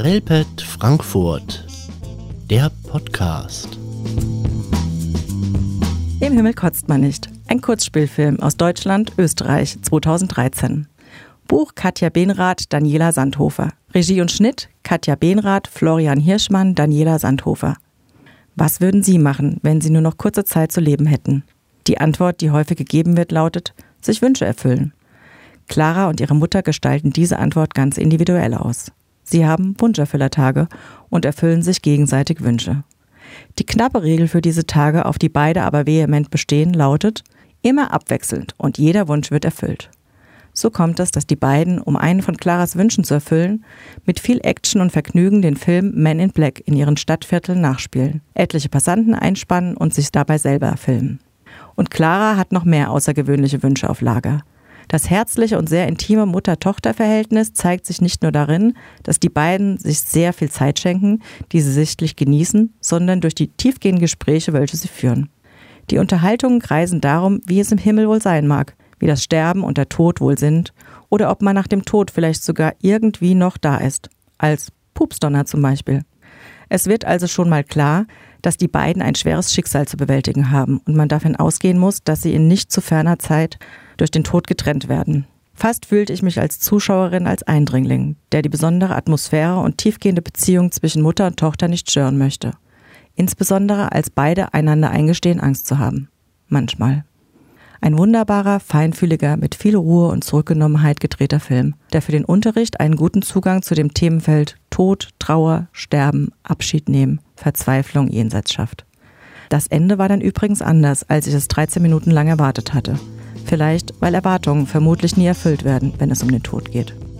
Relpet Frankfurt, der Podcast. Im Himmel kotzt man nicht. Ein Kurzspielfilm aus Deutschland, Österreich, 2013. Buch Katja Benrath, Daniela Sandhofer. Regie und Schnitt Katja Benrath, Florian Hirschmann, Daniela Sandhofer. Was würden Sie machen, wenn Sie nur noch kurze Zeit zu leben hätten? Die Antwort, die häufig gegeben wird, lautet: sich Wünsche erfüllen. Clara und ihre Mutter gestalten diese Antwort ganz individuell aus. Sie haben Wunscherfüllertage und erfüllen sich gegenseitig Wünsche. Die knappe Regel für diese Tage, auf die beide aber vehement bestehen, lautet: immer abwechselnd und jeder Wunsch wird erfüllt. So kommt es, dass die beiden, um einen von Claras Wünschen zu erfüllen, mit viel Action und Vergnügen den Film Men in Black in ihren Stadtvierteln nachspielen, etliche Passanten einspannen und sich dabei selber filmen. Und Clara hat noch mehr außergewöhnliche Wünsche auf Lager. Das herzliche und sehr intime Mutter-Tochter-Verhältnis zeigt sich nicht nur darin, dass die beiden sich sehr viel Zeit schenken, die sie sichtlich genießen, sondern durch die tiefgehenden Gespräche, welche sie führen. Die Unterhaltungen kreisen darum, wie es im Himmel wohl sein mag, wie das Sterben und der Tod wohl sind oder ob man nach dem Tod vielleicht sogar irgendwie noch da ist, als Pupsdonner zum Beispiel. Es wird also schon mal klar, dass die beiden ein schweres Schicksal zu bewältigen haben und man davon ausgehen muss, dass sie in nicht zu ferner Zeit durch den Tod getrennt werden. Fast fühlte ich mich als Zuschauerin als Eindringling, der die besondere Atmosphäre und tiefgehende Beziehung zwischen Mutter und Tochter nicht stören möchte. Insbesondere als beide einander eingestehen, Angst zu haben. Manchmal. Ein wunderbarer, feinfühliger, mit viel Ruhe und Zurückgenommenheit gedrehter Film, der für den Unterricht einen guten Zugang zu dem Themenfeld Tod, Trauer, Sterben, Abschied nehmen, Verzweiflung jenseits schafft. Das Ende war dann übrigens anders, als ich es 13 Minuten lang erwartet hatte. Vielleicht, weil Erwartungen vermutlich nie erfüllt werden, wenn es um den Tod geht.